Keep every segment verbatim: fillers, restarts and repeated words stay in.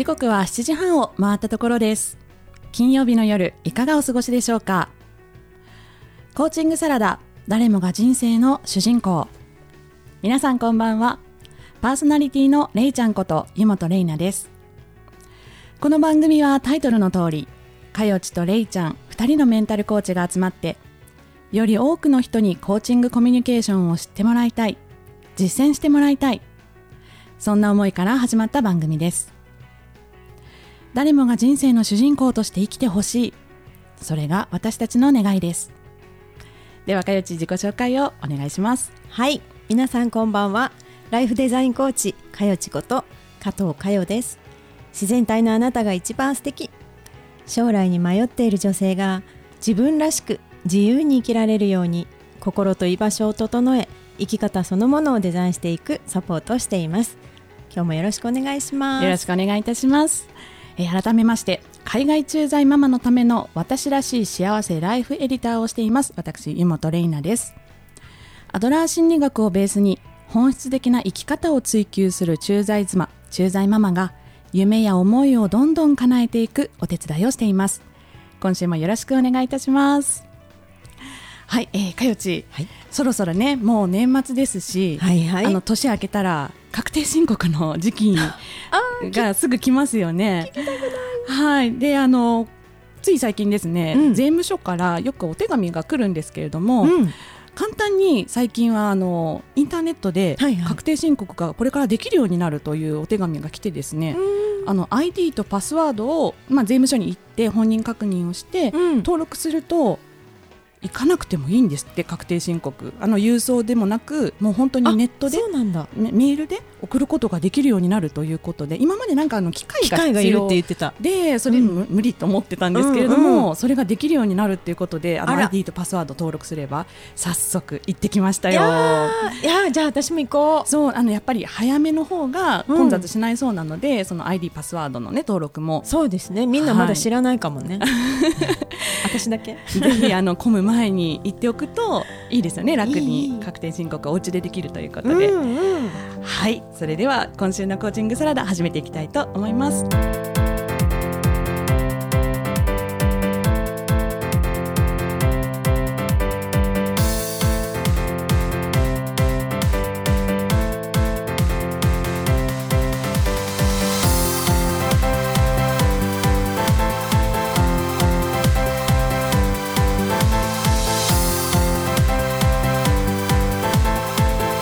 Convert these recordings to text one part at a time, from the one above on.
時刻はしちじはんを回ったところです。金曜日の夜、いかがお過ごしでしょうか。コーチングサラダ、誰もが人生の主人公。皆さんこんばんは。パーソナリティのれいちゃんこと湯本れいなです。この番組はタイトルの通り、かよちとれいちゃんふたりのメンタルコーチが集まって、より多くの人にコーチングコミュニケーションを知ってもらいたい、実践してもらいたい、そんな思いから始まった番組です。誰もが人生の主人公として生きてほしい、それが私たちの願いです。ではかよち、自己紹介をお願いします。 はい、皆さんこんばんは。ライフデザインコーチかよちこと加藤かよです。自然体のあなたが一番素敵。将来に迷っている女性が自分らしく自由に生きられるように、心と居場所を整え、生き方そのものをデザインしていくサポートをしています。今日もよろしくお願いします。 よろしくお願いいたします。えー、改めまして、海外駐在ママのための私らしい幸せライフエディターをしています私湯本れいなです。アドラー心理学をベースに本質的な生き方を追求する駐在妻、駐在ママが夢や思いをどんどん叶えていくお手伝いをしています。今週もよろしくお願いいたします。はい、えー、かよち、はい、そろそろね、もう年末ですし、はいはい、あの年明けたら確定申告の時期がすぐ来ますよね。聞きたくない。はい、であのつい最近ですね、うん、税務署からよくお手紙が来るんですけれども、うん、簡単に最近はあのインターネットで確定申告がこれからできるようになるというお手紙が来てですね、うん、あの アイディー とパスワードを、まあ、税務署に行って本人確認をして、うん、登録すると行かなくてもいいんですって。確定申告、あの郵送でもなく、もう本当にネットで、 そうなんだ、 メールで送ることができるようになるということで、今までなんかあの機械が必要機械がいるって言ってたで、それ、うん、無理と思ってたんですけれども、うんうん、それができるようになるということで、あの アイディー とパスワード登録すれば早速行ってきましたよ。いやいや、じゃあ私も行こう。 そう、あのやっぱり早めの方が混雑しないそうなので、うん、その アイディー パスワードの、ね、登録もそうですね、みんなまだ知らないかもね、はい、私だけぜひあの混む前に行っておくといいですよね。楽に確定申告をお家でできるということで、うんうん、はい、それでは今週のコーチングサラダ始めていきたいと思います。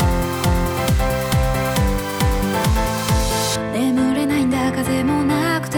眠れないんだ、風もなく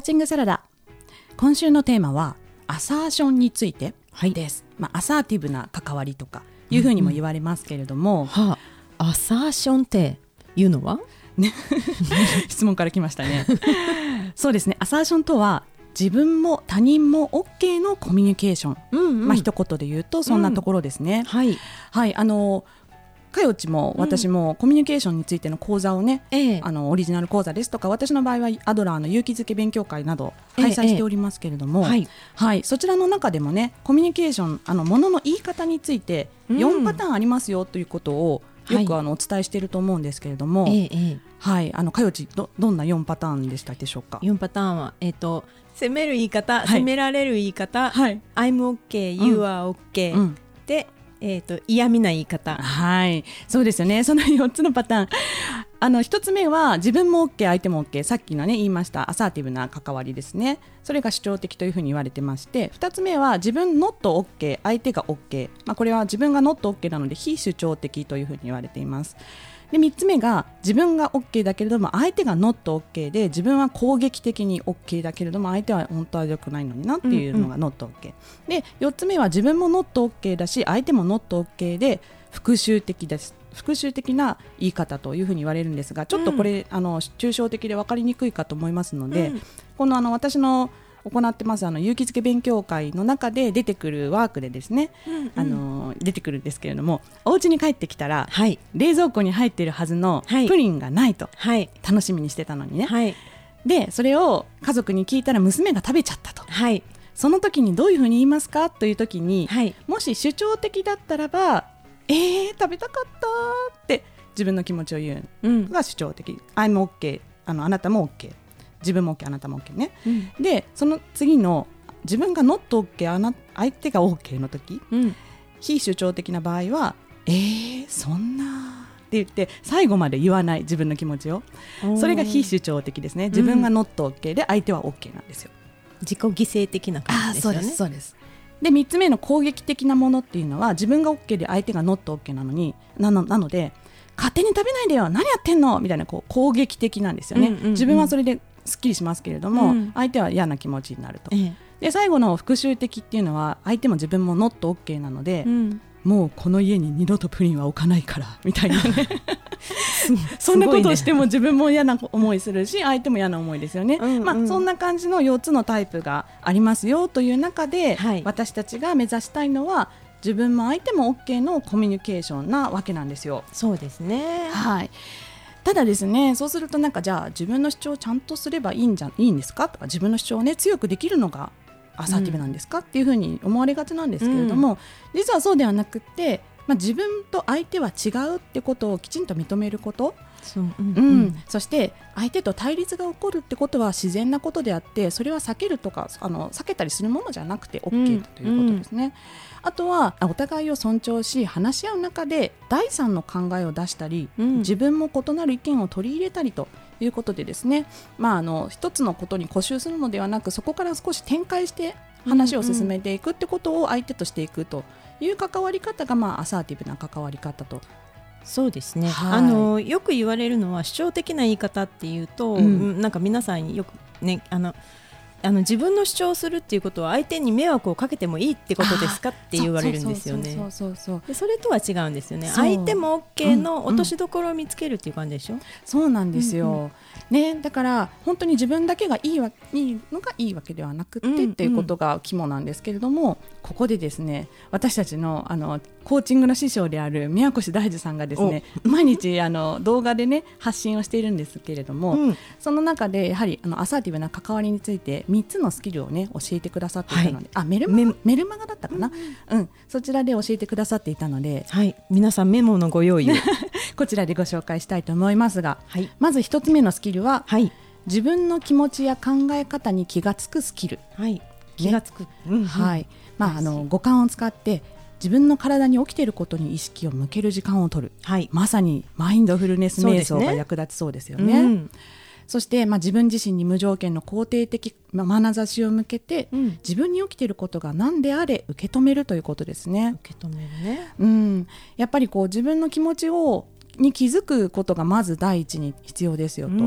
チングサラダ。今週のテーマはアサーションについてです、はいまあ、アサーティブな関わりとかいうふうにも言われますけれども、うんうんはあ、アサーションっていうのは、 ね、質問から来ましたねそうですね、アサーションとは自分も他人も OK のコミュニケーション、うんうんまあ、一言で言うとそんなところですね、うんはいはい、あのかよちも私もコミュニケーションについての講座をね、うん、あのオリジナル講座ですとか、私の場合はアドラーの勇気づけ勉強会など開催しておりますけれども、ええはいはい、そちらの中でもねコミュニケーション、あのものの言い方についてよんパターンありますよということをよくあのお伝えしていると思うんですけれども、はいはい、あのかよち ど, どんなよんパターンでしたでしょうか。 よんパターンは、えーと、責める言い方、はい、責められる言い方、はい、I'm OK, you are OK、うん、でえー、と嫌味な言い方、 はい、そうですよね。そのよっつのパターン、あのひとつめは自分も OK 相手も OK、 さっきのね言いましたアサーティブな関わりですね。それが主張的というふうに言われてまして、ふたつめは自分 not OK 相手が OK、まあ、これは自分が not OK なので非主張的というふうに言われています。でみっつめが自分が OK だけれども相手が not OK で、自分は攻撃的に OK だけれども相手は本当は良くないのになっていうのが not OK、うんうん、でよっつめは自分も not OK だし相手も not OK で復讐的です。復讐的な言い方というふうに言われるんですが、ちょっとこれ、うん、あの抽象的で分かりにくいかと思いますので、うん、このあの私の行ってますあの勇気づけ勉強会の中で出てくるワークでですね、うんうん、あの出てくるんですけれども、お家に帰ってきたら、はい、冷蔵庫に入っているはずのプリンがないと、はい、楽しみにしてたのにね、はい、でそれを家族に聞いたら娘が食べちゃったと、はい、その時にどういうふうに言いますかという時に、はい、もし主張的だったらばえー食べたかったって自分の気持ちを言うのが主張的、うん、I'm OK、 あのあなたも OK、自分も OK あなたも OK ね、うん、でその次の自分が not OK あな相手が OK の時、うん、非主張的な場合はえーそんなって言って最後まで言わない自分の気持ちを、それが非主張的ですね。自分が not OK で相手は OK なんですよ。 自己犠牲的な感じですよね。 あ、そうです、そうです。でみっつめの攻撃的なものっていうのは自分が OK で相手が not OK なのに な, のなので勝手に食べないでよ何やってんのみたいなこう攻撃的なんですよね、うんうんうん、自分はそれですっきりしますけれども、うん、相手は嫌な気持ちになると、ええ、で最後の復讐的っていうのは相手も自分も not OK なので、うん、もうこの家に二度とプリンは置かないからみたいなねそんなことをしても自分も嫌な思いするし相手も嫌な思いですよね、うんうんまあ、そんな感じのよっつのタイプがありますよという中で、はい、私たちが目指したいのは自分も相手も OK のコミュニケーションなわけなんですよ。 そうですね、 はい、ただですね、そうするとなんかじゃあ自分の主張をちゃんとすればいいんじゃいいんですかとか、自分の主張を、ね、強くできるのがアサーティブなんですか、うん、っていうふうに思われがちなんですけれども、うん、実はそうではなくて、まあ、自分と相手は違うってことをきちんと認めること、そう、うんうんうん、そして相手と対立が起こるってことは自然なことであって、それは避けるとかあの避けたりするものじゃなくて OK だということですね、うんうん、あとはお互いを尊重し話し合う中で第三の考えを出したり、うん、自分も異なる意見を取り入れたりということでですね、まあ、あの一つのことに固執するのではなく、そこから少し展開して話を進めていくってことを相手としていくという関わり方が、まあ、アサーティブな関わり方と。 そうですね、はい、あのよく言われるのは主張的な言い方っていうと、うん、なんか皆さんによくねあのあの自分の主張をするっていうことは相手に迷惑をかけてもいいってことですかって言われるんですよね。それとは違うんですよね。相手も OK の落としどころを見つけるっていう感じでしょ、うんうん、 そうなんですよ、うんうんね、だから本当に自分だけがいい, わいいのがいいわけではなくて、うんうん、っていうことが肝なんですけれども、ここでですね私たち の, あのコーチングの師匠である宮越大二さんがですね毎日あの動画で、ね、発信をしているんですけれども、うん、その中でやはりあのアサーティブな関わりについてみっつのスキルを、ね、教えてくださっていたので、はい、あメルマガ、メルマガだったかな、うんうん、そちらで教えてくださっていたので、 はい、皆さんメモのご用意をこちらでご紹介したいと思いますが、はい、まずひとつめのスキルは、はい、自分の気持ちや考え方に気がつくスキル、 はい、気がつく、うんうんはいまあ、あの五感を使って自分の体に起きていることに意識を向ける時間を取る、はい、まさにマインドフルネス瞑想が役立ちそうですよね。 そ, ね、うん、そして、まあ、自分自身に無条件の肯定的まあ、眼差しを向けて、うん、自分に起きていることが何であれ受け止めるということですね。 受け止めるね、 うん、やっぱりこう自分の気持ちをに気づくことがまず第一に必要ですよと、うん、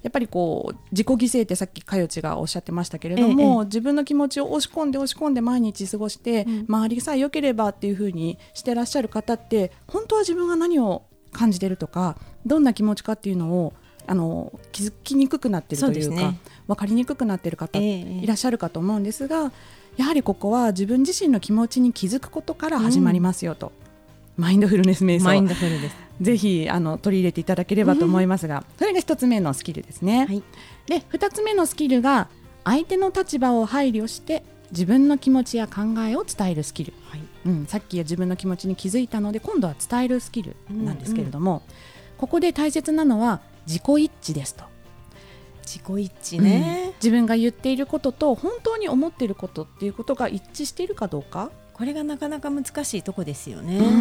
やっぱりこう自己犠牲ってさっきかよちがおっしゃってましたけれども、ええ、自分の気持ちを押し込んで押し込んで毎日過ごして、うん、周りさえ良ければっていう風にしてらっしゃる方って本当は自分が何を感じてるとかどんな気持ちかっていうのをあの気づきにくくなってるというか、ね、分かりにくくなってる方いらっしゃるかと思うんですが、やはりここは自分自身の気持ちに気づくことから始まりますよと、うん、マインドフルネス瞑想マインドフルですぜひあの取り入れていただければと思いますが、うん、それが一つ目のスキルですね、はい、で二つ目のスキルが相手の立場を配慮して自分の気持ちや考えを伝えるスキル、はい、うん、さっきは自分の気持ちに気づいたので今度は伝えるスキルなんですけれども、うんうん、ここで大切なのは自己一致ですと。 自己一致ね、 うん、自分が言っていることと本当に思っていることっていうことが一致しているかどうか、 これがなかなか難しいとこですよね。うん、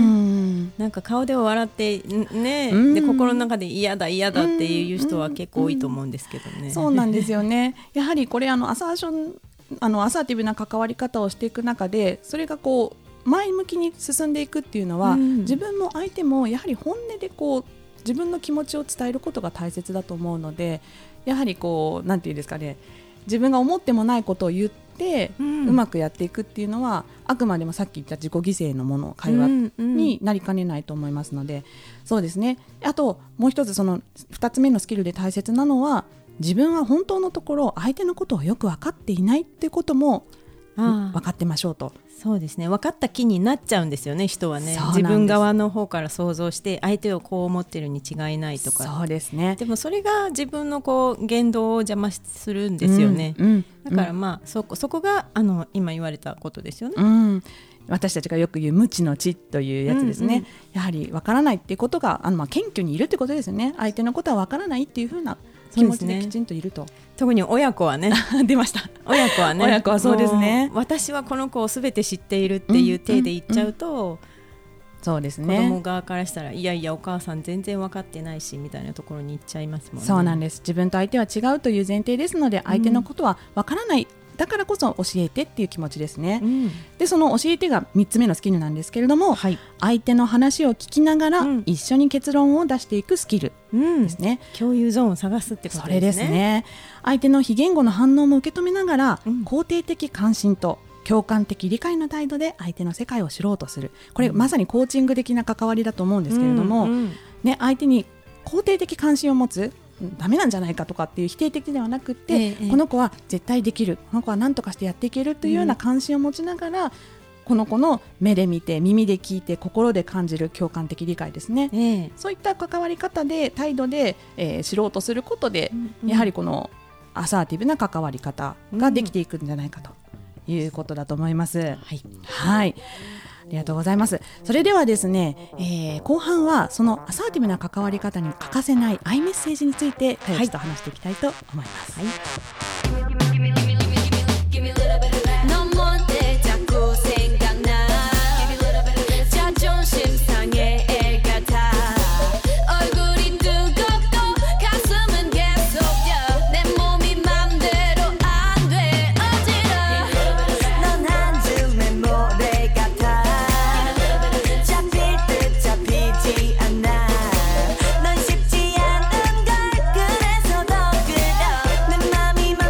なんか顔では笑ってね、うん、で心の中で嫌だ嫌だっていう人は結構多いと思うんですけどね、うんうん、 そうなんですよねやはりこれあのアサーションあのアサーティブな関わり方をしていく中でそれがこう前向きに進んでいくっていうのは、うん、自分も相手もやはり本音でこう自分の気持ちを伝えることが大切だと思うので、やはりこうなんていうんですかね、自分が思ってもないことを言って、うん、うまくやっていくっていうのはあくまでもさっき言った自己犠牲のもの会話になりかねないと思いますので、うんうん、そうですね。あともう一つそのふたつめのスキルで大切なのは自分は本当のところ相手のことをよく分かっていないっていうことも分かってましょうと。 そうですね、分かった気になっちゃうんですよね、人はね。自分側の方から想像して相手をこう思ってるに違いないとか。 そうですね。 でもそれが自分のこう言動を邪魔するんですよね、うんうん、だからまあそこ、そこがあの今言われたことですよね、うん、 私たちがよく言う無知の知というやつですね、うんうん、やはり分からないっていうことがあのまあ謙虚にいるってことですよね。相手のことは分からないっていう風な気持ちできちんといると、ね、 特に親子はね出ました親子はね親子はそうですね。 私はこの子を全て知っているっていう体で言っちゃうと、うんうん、 そうですね、 子供側からしたらいやいやお母さん全然分かってないしみたいなところに行っちゃいますもんね。 そうなんです。自分と相手は違うという前提ですので相手のことは分からない、うん、だからこそ教えてっていう気持ちですね、うん、でその教えてがみっつめのスキルなんですけれども、はい、相手の話を聞きながら一緒に結論を出していくスキルですね、 うん、共有ゾーンを探すってことですね。 それですね。相手の非言語の反応も受け止めながら、うん、肯定的関心と共感的理解の態度で相手の世界を知ろうとする。これ、うん、まさにコーチング的な関わりだと思うんですけれども、うんうんね、相手に肯定的関心を持つ、ダメなんじゃないかとかっていう否定的ではなくて、ええ、この子は絶対できる、この子は何とかしてやっていけるというような関心を持ちながら、うん、この子の目で見て耳で聞いて心で感じる共感的理解ですね、ええ、そういった関わり方で態度で、えー、知ろうとすることで、うんうん、やはりこのアサーティブな関わり方ができていくんじゃないかということだと思います、うん、はい、はい、ありがとうございます。それではですね、えー、後半はそのアサーティブな関わり方に欠かせないアイメッセージについてかよちと話していきたいと思います、はい。 넌 쉽지 않은 걸 그래서 더 그려 내 맘이 맘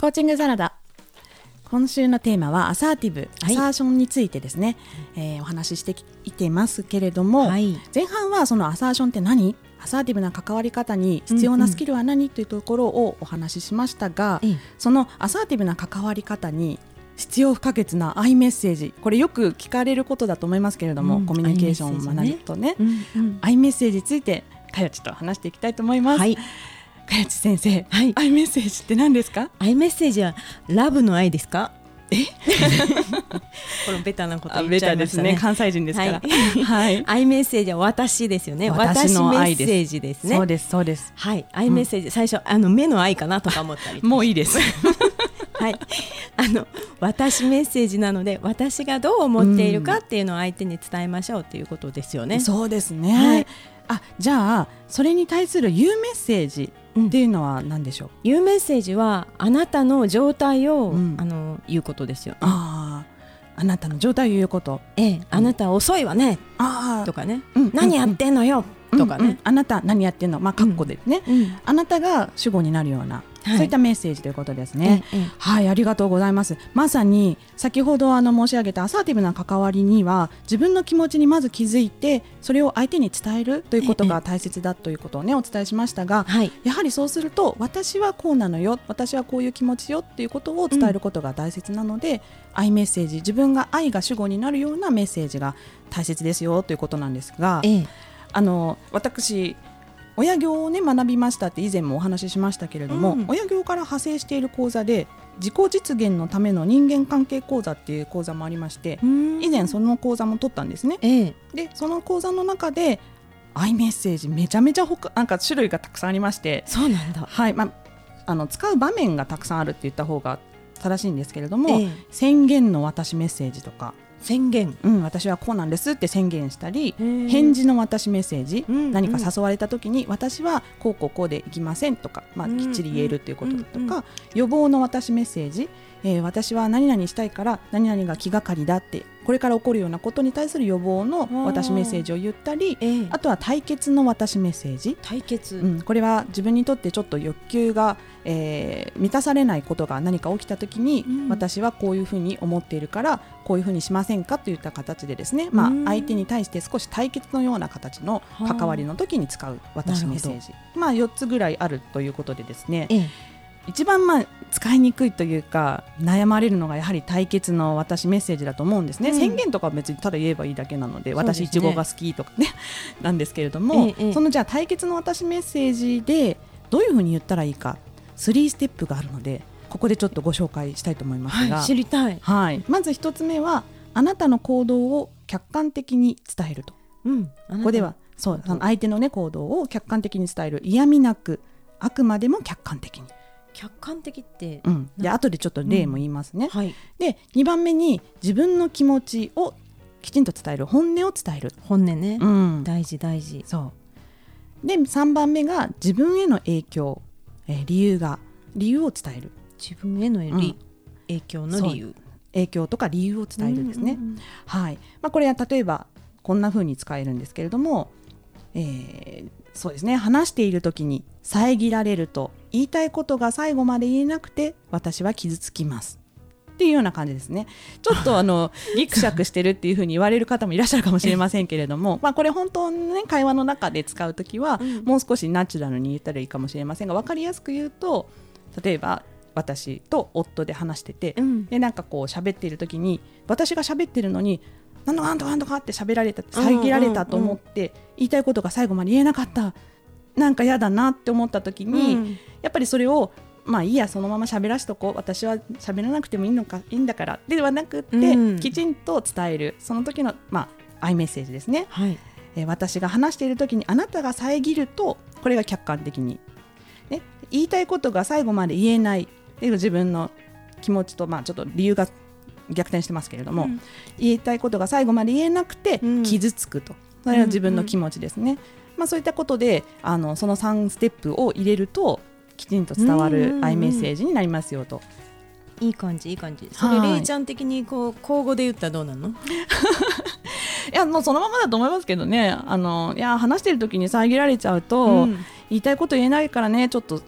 ーチングサラダ。今週のテーマはアサーティブ、 はい、 アサーションについてですね、えー、お話ししていてますけれども、 はい、 前半はそのアサーションって何、アサーティブな関わり方に必要なスキルは何、うんうん、というところをお話ししましたが、うん、そのアサーティブな関わり方に必要不可欠なアイメッセージ、これよく聞かれることだと思いますけれども、うん、コミュニケーションを学ぶとね、うんうん、アイメッセージについてかよちと話していきたいと思います。はい、かよち先生、はい、アイメッセージって何ですか？ アイメッセージはラブの愛ですか？えこのベタなこと言っちゃいましたね。 ベタですね、関西人ですから、 はいはい、アイメッセージは私ですよね。私の愛です。私メッセージですね。 そうですそうです、 はい、アイメッセージ、うん、最初あの目の愛かなとか思ったりもういいですはい、あの私メッセージなので、私がどう思っているかっていうのを相手に伝えましょうということですよね、うん、 そうですね、はい、あ、じゃあそれに対する言うメッセージっていうのは何でしょう？うん、 言うメッセージはあなたの状態を、うん、あの言うことですよ、ね、 ああなたの状態を言うこと、 ええ、あなた遅いわね、あとかね、うん、何やってんのよ、うん、とかね、うんうん、 あなた何やってんの、まあカッコでね、うんうん、あなたが主語になるような、はい、そういったメッセージということですね、ええ、はい、ありがとうございます。まさに先ほどあの申し上げたアサーティブな関わりには、自分の気持ちにまず気づいて、それを相手に伝えるということが大切だということをねお伝えしましたが、はい、やはりそうすると、私はこうなのよ、私はこういう気持ちよっていうことを伝えることが大切なので、うん、アイメッセージ、自分が愛が主語になるようなメッセージが大切ですよということなんですが、ええ、あの私親業を、ね、学びましたって以前もお話ししましたけれども、うん、親業から派生している講座で自己実現のための人間関係講座っていう講座もありまして、以前その講座も取ったんですね、ええ、でその講座の中でアイメッセージめちゃめちゃ他なんか種類がたくさんありまして、 そうなんだ、 はい、まあ、あの使う場面がたくさんあるって言った方が正しいんですけれども、ええ、宣言の私メッセージとか、 宣言、 うん、私はこうなんですって宣言したり、返事の私メッセージ、うんうん、何か誘われた時に私はこうこうこうでいきませんとか、まあ、きっちり言えるっていうこととか、うんうん、予防の私メッセージ、えー、私は何々したいから何々が気がかりだって、これから起こるようなことに対する予防の私メッセージを言ったり、えー、あとは対決の私メッセージ、 対決、 うん、これは自分にとってちょっと欲求が、えー、満たされないことが何か起きた時に、うん、私はこういうふうに思っているからこういうふうにしませんかといった形でですね、まあ、相手に対して少し対決のような形の関わりの時に使う私メッセージ、まあ、よっつぐらいあるということでですね、ええ、一番まあ使いにくいというか悩まれるのがやはり対決の私メッセージだと思うんですね、うん、宣言とかは別にただ言えばいいだけなの で, で、ね、私いちごが好きとかねなんですけれども、ええ、そのじゃあ対決の私メッセージでどういうふうに言ったらいいかスリーステップがあるので、ここでちょっとご紹介したいと思いますが、 はい、知りたい、 はい、まずひとつめはあなたの行動を客観的に伝えると、うん、ここではそう相手の、ね、行動を客観的に伝える、嫌味なくあくまでも客観的に。 客観的って、 うん、で後でちょっと例も言いますね、うん、はい、でにばんめに自分の気持ちをきちんと伝える、本音を伝える、 本音ね、うん、大事大事。 そうでさんばんめが自分への影響、えー、理由が理由を伝える、 自分への、うん、影響の理由、 影響とか理由を伝えるですね、うんうんうん、はい、まあ、これは例えばこんな風に使えるんですけれども、えー、そうですね、話している時に遮られると言いたいことが最後まで言えなくて私は傷つきますっていうような感じですね。ちょっとあのギクシャクしてるっていう風に言われる方もいらっしゃるかもしれませんけれどもまあこれ本当に、ね、会話の中で使うときは、うん、もう少しナチュラルに言ったらいいかもしれませんが、分かりやすく言うと、例えば私と夫で話してて、うん、でなんかこう喋っているときに私が喋ってるのになんとかなんとかなんとかって喋られた、遮られたと思って、うんうんうん、言いたいことが最後まで言えなかった、なんか嫌だなって思ったときに、うん、やっぱりそれをまあいいや、そのまま喋らしとこう、私は喋らなくてもいいのかいいんだからではなくって、うん、きちんと伝える、その時の、まあ、アイメッセージですね、はい、えー、私が話している時にあなたが遮ると、これが客観的に、ね、言いたいことが最後まで言えない、自分の気持ちと、まあ、ちょっと理由が逆転してますけれども、うん、言いたいことが最後まで言えなくて傷つくと、うん、それは自分の気持ちですね、うんうん、まあ、そういったことであのそのさんステップを入れるときちんと伝わるアイメッセージになりますよと。 いい感じいい感じ。それレイちゃん的にこう口語で言ったらどうなの？いやもうそのままだと思いますけどね。あのいや話してる時に遮られちゃうと、うん、言いたいこと言えないからね、ちょっと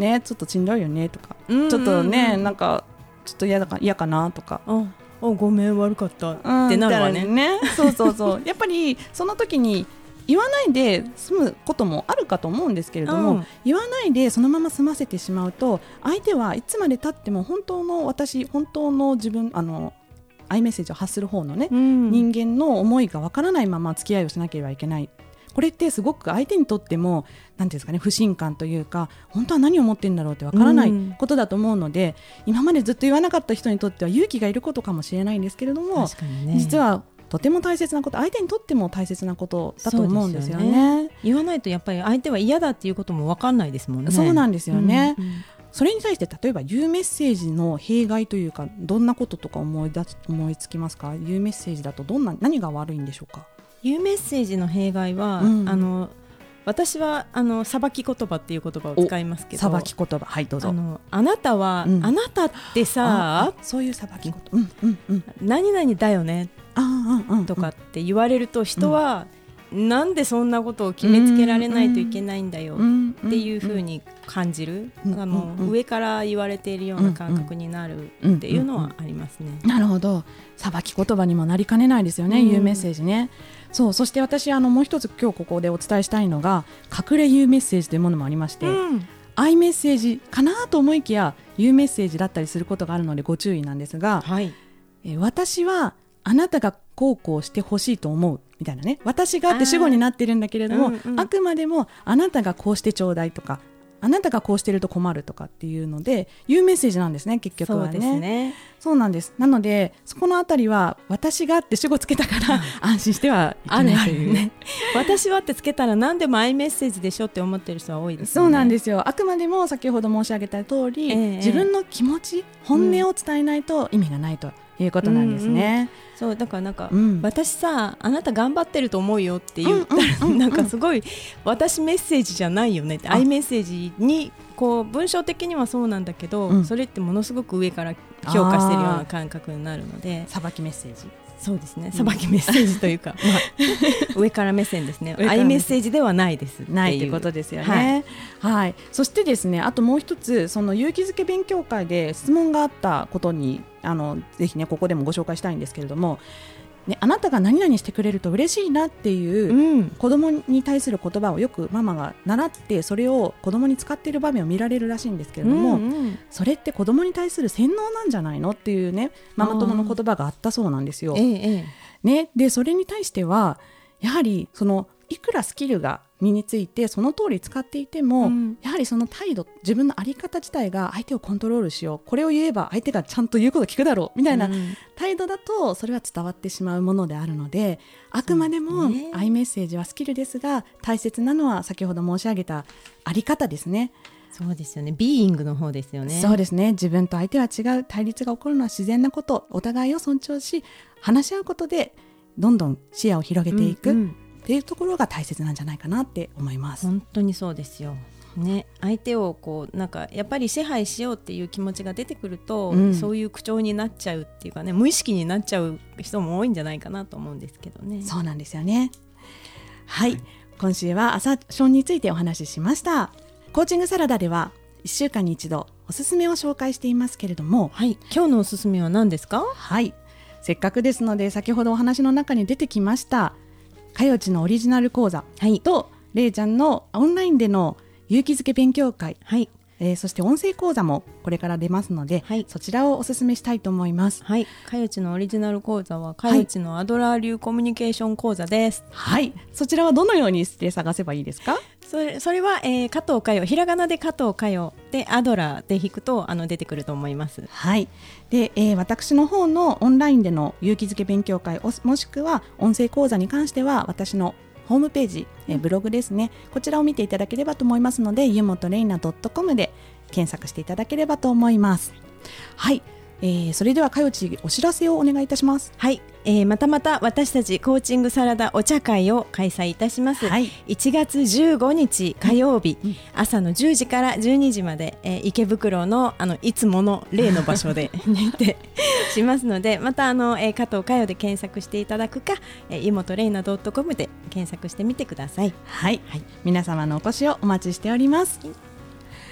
ねちょっとしんどいよねとか、 うんうんうん、 ちょっとねなんかちょっと嫌だか嫌かなとか、 ああごめん悪かったってなるわね、 うん、ねそうそうそうやっぱりその時に言わないで済むこともあるかと思うんですけれども、うん、言わないでそのまま済ませてしまうと相手はいつまで経っても本当の私本当の自分あのアイメッセージを発する方のね、うん、人間の思いがわからないまま付き合いをしなければいけない。これってすごく相手にとってもなんていうんですかね、不信感というか本当は何を思ってるんだろうってわからないことだと思うので、うん、今までずっと言わなかった人にとっては勇気がいることかもしれないんですけれども、 確かにね、 実はとても大切なこと、相手にとっても大切なことだと思うんですよね。 言わないとやっぱり相手は嫌だっていうことも分かんないですもんね。 そうなんですよね、 うんうん、 それに対して例えば言うメッセージの弊害というかどんなこととか思い出す思いつきますか？言うメッセージだとどんな何が悪いんでしょうか？ 言うメッセージの弊害は、うん、あの私はあの裁き言葉っていう言葉を使いますけど、 裁き言葉、はいどうぞ。 あのあなたは、うん、あなたってさそういう裁き言葉、うんうんうん、 何々だよねあ、うんうん、 とかって言われると人は、うん、なんでそんなことを決めつけられないといけないんだよっていうふうに感じる、うんうん、あのうんうん、上から言われているような感覚になるっていうのはありますね、うんうんうん、 なるほど。裁き言葉にもなりかねないですよね、うん、言うメッセージね。そう、そして私あのもう一つ今日ここでお伝えしたいのが隠れ言うメッセージというものもありまして、うん、アイメッセージかなと思いきや言うメッセージだったりすることがあるのでご注意なんですが、はい、え私はあなたがこうこうしてほしいと思うみたいなね、私がって主語になってるんだけれども、 あ,、うんうん、あくまでもあなたがこうしてちょうだいとかあなたがこうしてると困るとかっていうので言うメッセージなんですね、結局はね。 そうですね。 そうなんです。なのでそこのあたりは私がって主語つけたから安心してはいけないというね私はってつけたら何でもアイメッセージでしょって思ってる人は多いですよね。 そうなんですよ。あくまでも先ほど申し上げた通り、えー、自分の気持ち本音を伝えないと意味がないということなんですね、うんうん、 そうだからなんか、うん、私さあなた頑張ってると思うよって言ったら、うんうんうん、なんかすごい私メッセージじゃないよねって、アイメッセージにこう文章的にはそうなんだけど、うん、それってものすごく上から評価してるような感覚になるので、 裁きメッセージ。 そうですね、裁きメッセージというか、まあ、上から目線ですね。アイメッセージではないですっていうないということですよね、はいはい、そしてですね、あともう一つその勇気づけ勉強会で質問があったことにあのぜひねここでもご紹介したいんですけれども、ね、あなたが何々してくれると嬉しいなっていう、うん、子供に対する言葉をよくママが習ってそれを子供に使っている場面を見られるらしいんですけれども、うんうん、それって子供に対する洗脳なんじゃないのっていうねママ友の言葉があったそうなんですよ、ええね、でそれに対してはやはりそのいくらスキルが身についてその通り使っていても、うん、やはりその態度自分の在り方自体が相手をコントロールしよう、これを言えば相手がちゃんと言うことを聞くだろうみたいな態度だとそれは伝わってしまうものであるので、あくまでもアイメッセージはスキルですが大切なのは先ほど申し上げた在り方ですね。 そうですよね、ビーイングの方ですよね。 そうですね、自分と相手は違う、対立が起こるのは自然なこと、お互いを尊重し話し合うことでどんどん視野を広げていく、うんうんっていうところが大切なんじゃないかなって思います。 本当にそうですよ、ね、相手をこうなんかやっぱり支配しようっていう気持ちが出てくると、うん、そういう口調になっちゃうっていうかね、無意識になっちゃう人も多いんじゃないかなと思うんですけどね。 そうなんですよね。はい、はい、今週はアサーションについてお話ししました。コーチングサラダではいっしゅうかんに一度おすすめを紹介していますけれども、 はい、今日のおすすめは何ですか？ はい、せっかくですので先ほどお話の中に出てきましたかよちのオリジナル講座と、はい、れいちゃんのオンラインでの勇気づけ勉強会、はいえー、そして音声講座もこれから出ますので、はい、そちらをお勧めしたいと思います。 はい、かよちのオリジナル講座はかよちのアドラー流コミュニケーション講座です。 はい、そちらはどのようにして探せばいいですか？ それ、それは、えー、加藤かよ、ひらがなで加藤かよでアドラーで引くとあの出てくると思います。 はい、で、えー、私の方のオンラインでの勇気づけ勉強会もしくは音声講座に関しては私のホームページ、えー、ブログですね、こちらを見ていただければと思いますのでゆもとれいな .com で検索していただければと思います。はい、えー、それではかよちお知らせをお願いいたします。 はい、えー、またまた私たちコーチングサラダお茶会を開催いたします、はい、いちがつじゅうごにち火曜日、うん、朝のじゅうじからじゅうにじまで、えー、池袋 の, あのいつもの例の場所でしますので、またあの、えー、加藤かよで検索していただくか、えー、ゆもとれいな .com で検索してみてください。 はい、はい、皆様のお越しをお待ちしております。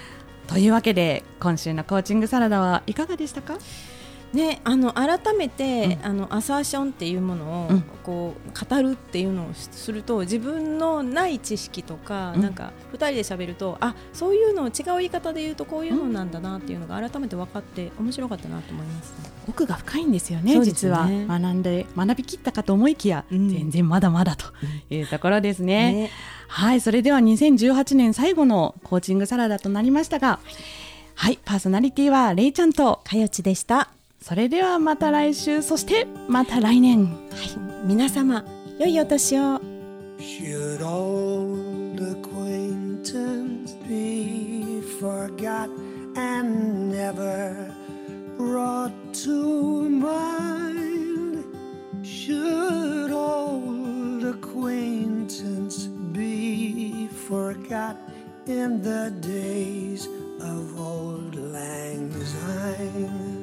というわけで今週のコーチングサラダはいかがでしたか？ ね、あの改めて、 うん、 あのアサーションっていうものを、うん、こう語るっていうのをすると自分のない知識とか、うん、なんかふたりで喋るとあそういうのを違う言い方で言うとこういうのなんだなっていうのが改めて分かって面白かったなと思います、ね、 奥が深いんですよね。 そうですね、 実は学んで学びきったかと思いきや、うん、全然まだまだというところですね、ね。はい、それではにせんじゅうはちねん最後のコーチングサラダとなりましたが、はい、はい、パーソナリティはれいちゃんとかよちでした。 それではまた来週、そしてまた来年、はい、 皆様良いお年を。 Should old acquaintance be forgot and never brought to mind? Should old acquaintance be forgot in the days of old lang syne?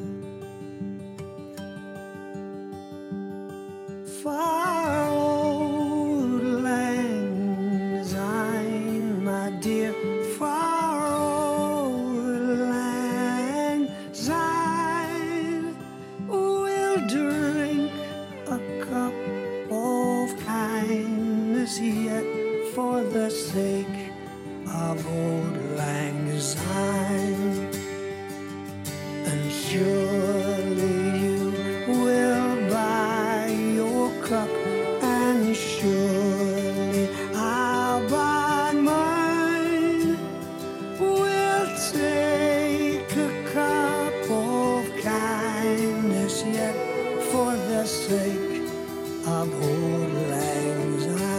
Far old lang syne, my dear, far old lang syne, we'll drink a cup of kindness yet for the sake of old lang syne, and surely you will buy your cup, and surely I'll buy mine. We'll take a cup of kindness yet for the sake of old lang syne.